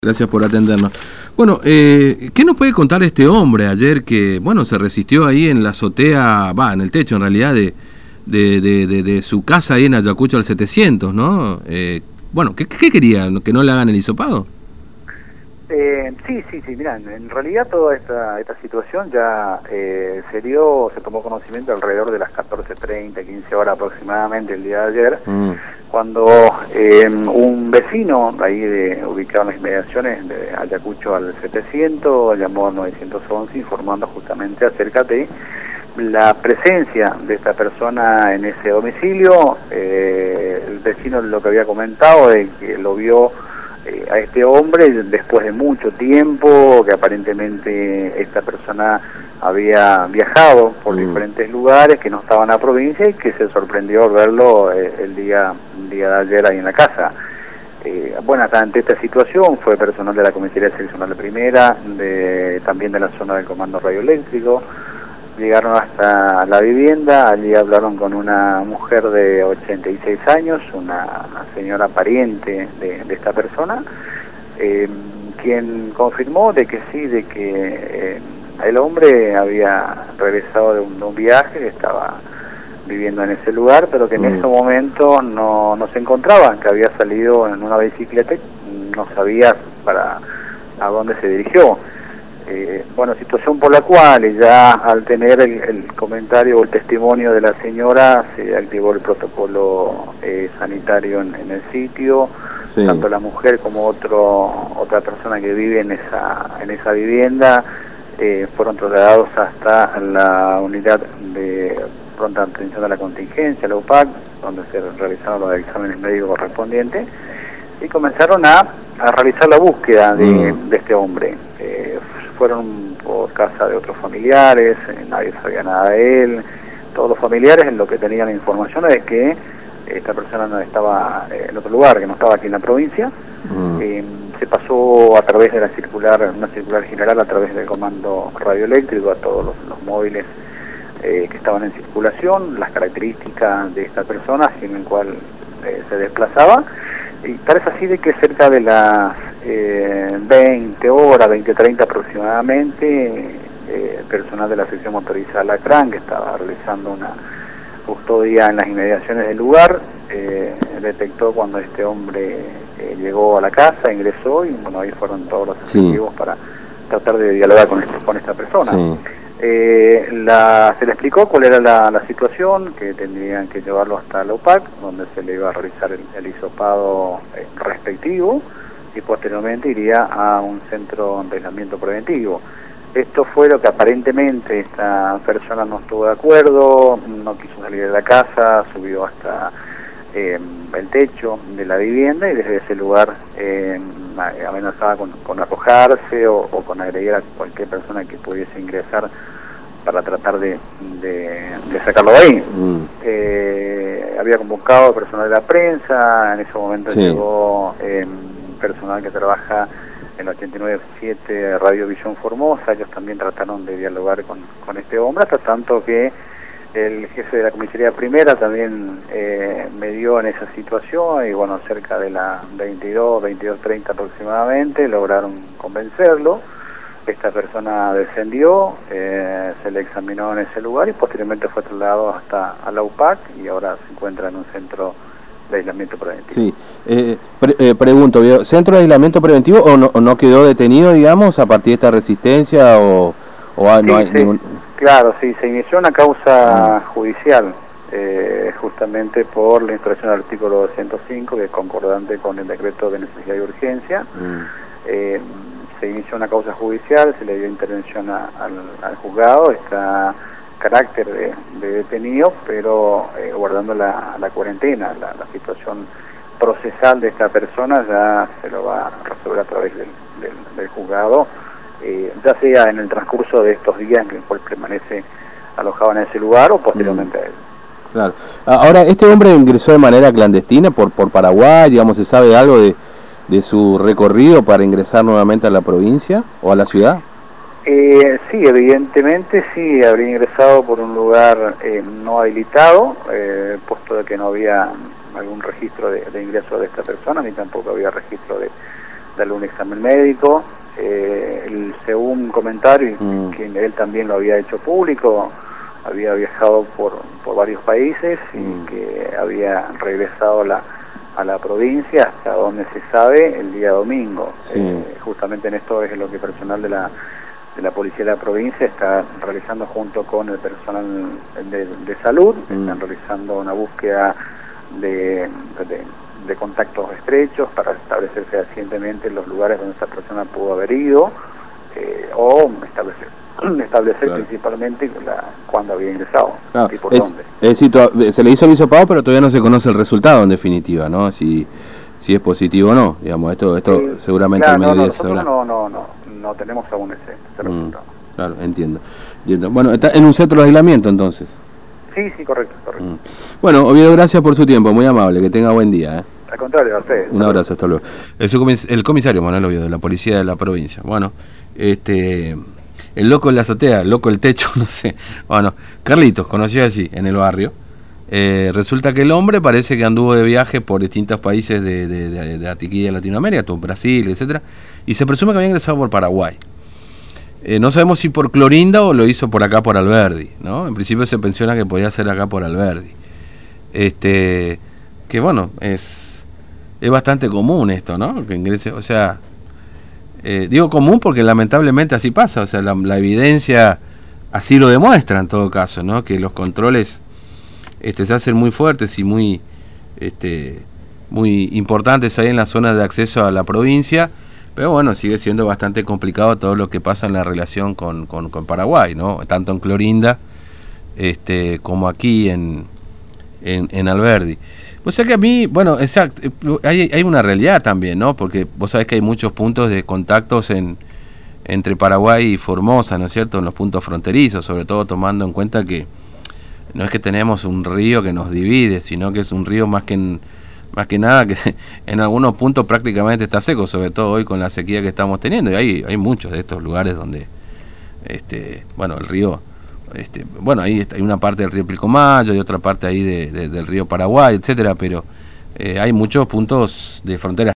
Gracias por atendernos. Bueno, ¿qué nos puede contar este hombre ayer que, bueno, se resistió ahí en la azotea, en el techo en realidad, de su casa ahí en Ayacucho al 700, ¿no? Bueno, ¿qué quería? ¿Que no le hagan el hisopado? Sí, mirá, en realidad toda esta situación ya se tomó conocimiento alrededor de las 14:30, 15 horas aproximadamente el día de ayer, cuando un vecino ahí ubicado en las inmediaciones de Ayacucho al 700 llamó al 911 informando justamente acerca de la presencia de esta persona en ese domicilio. El vecino lo que había comentado de que lo vio a este hombre después de mucho tiempo, que aparentemente esta persona había viajado por diferentes lugares, que no estaba en la provincia y que se sorprendió al verlo el día de ayer ahí en la casa. Bueno, ante esta situación fue personal de la Comisaría Seccional Primera, también de la zona del Comando Radioeléctrico. Llegaron hasta la vivienda, allí hablaron con una mujer de 86 años, una señora pariente de esta persona, quien confirmó de que sí, de que el hombre había regresado de un viaje, que estaba viviendo en ese lugar, pero que en ese momento no se encontraba, que había salido en una bicicleta y no sabía a dónde se dirigió. Bueno, situación por la cual ya al tener el comentario o el testimonio de la señora se activó el protocolo sanitario en el sitio. Sí. Tanto la mujer como otra persona que vive en esa vivienda fueron trasladados hasta la unidad de pronta atención a la contingencia, la UPAC, donde se realizaron los exámenes médicos correspondientes y comenzaron a realizar la búsqueda de este hombre. Fueron por casa de otros familiares, nadie sabía nada de él. Todos los familiares en lo que tenían la información es que esta persona no estaba en otro lugar, que no estaba aquí en la provincia. Se pasó a través de una circular general a través del Comando Radioeléctrico a todos los móviles que estaban en circulación, las características de esta persona en el cual se desplazaba. Y parece así de que cerca de las 20:30 aproximadamente, el personal de la sección motorizada Alacrán, que estaba realizando una custodia en las inmediaciones del lugar, detectó cuando este hombre llegó a la casa, ingresó y bueno, ahí fueron todos los efectivos para tratar de dialogar con esta persona. Se le explicó cuál era la situación, que tendrían que llevarlo hasta la UPAC, donde se le iba a realizar el hisopado respectivo y posteriormente iría a un centro de aislamiento preventivo. Esto fue lo que aparentemente esta persona no estuvo de acuerdo, no quiso salir de la casa, subió hasta el techo de la vivienda y desde ese lugar amenazaba con arrojarse o con agredir a cualquier persona que pudiese ingresar para tratar de sacarlo de ahí. Había convocado personal de la prensa, en ese momento llegó personal que trabaja en la 89.7 Radio Visión Formosa. Ellos también trataron de dialogar con este hombre, hasta tanto que el jefe de la Comisaría Primera también medió en esa situación y bueno, cerca de las 22:30 aproximadamente lograron convencerlo. Esta persona descendió, se le examinó en ese lugar y posteriormente fue trasladado hasta a la UPAC y ahora se encuentra en un centro de aislamiento preventivo. Sí, pregunto, ¿centro de aislamiento preventivo o no quedó detenido, digamos, a partir de esta resistencia o no hay ningún...? Claro, sí, se inició una causa judicial, justamente por la infracción del artículo 205, que es concordante con el decreto de necesidad y urgencia. Se inició una causa judicial, se le dio intervención al juzgado, está carácter de detenido, pero guardando la cuarentena. La situación procesal de esta persona ya se lo va a resolver a través del juzgado, ya sea en el transcurso de estos días en el cual permanece alojado en ese lugar o posteriormente a él. Claro. Ahora, ¿este hombre ingresó de manera clandestina por Paraguay? Digamos, ¿se sabe algo de su recorrido para ingresar nuevamente a la provincia o a la ciudad? Sí, evidentemente sí, habría ingresado por un lugar no habilitado, puesto de que no había algún registro de ingreso de esta persona, ni tampoco había registro darle un examen médico. Según comentario, que él también lo había hecho público, había viajado por varios países y que había regresado a la provincia, hasta donde se sabe, el día domingo. Justamente en esto es lo que personal de la Policía de la Provincia está realizando junto con el personal de salud. Están realizando una búsqueda de contactos estrechos para establecer fehacientemente los lugares donde esa persona pudo haber ido, o establecer claro, principalmente cuándo había ingresado, claro, y por dónde. Es decir, se le hizo el hisopado, pero todavía no se conoce el resultado en definitiva, ¿no? Si es positivo o no, digamos, esto seguramente claro, al mediodía nosotros no tenemos aún ese resultado. Claro, entiendo. Bueno, está en un centro de aislamiento entonces. Sí, correcto. Bueno, Oviedo, gracias por su tiempo, muy amable, que tenga buen día. Al contrario, a ustedes. Un abrazo, hasta luego. El comisario Manuel Oviedo, de la Policía de la Provincia. Bueno, el loco en la azotea, el loco el techo, no sé. Bueno, Carlitos, conocido así, en el barrio. Resulta que el hombre parece que anduvo de viaje por distintos países de Atiquí de Latinoamérica, todo Brasil, etcétera, y se presume que había ingresado por Paraguay. No sabemos si por Clorinda o lo hizo por acá por Alberdi, ¿no? En principio se menciona que podía ser acá por Alberdi. Que bueno, es bastante común esto, ¿no? Que ingrese, o sea, digo común porque lamentablemente así pasa, o sea, la evidencia así lo demuestra en todo caso, ¿no? Que los controles se hacen muy fuertes y muy importantes ahí en la zona de acceso a la provincia. Pero bueno, sigue siendo bastante complicado todo lo que pasa en la relación con Paraguay, ¿no? Tanto en Clorinda como aquí en Alberdi. O sea que a mí, bueno, exacto, hay una realidad también, ¿no? Porque vos sabés que hay muchos puntos de contactos entre Paraguay y Formosa, ¿no es cierto? En los puntos fronterizos, sobre todo tomando en cuenta que no es que tenemos un río que nos divide, sino que es un río más que nada que en algunos puntos prácticamente está seco, sobre todo hoy con la sequía que estamos teniendo, y hay muchos de estos lugares donde bueno, el río bueno, ahí hay una parte del río Pilcomayo y otra parte ahí del río Paraguay, etcétera, pero hay muchos puntos de frontera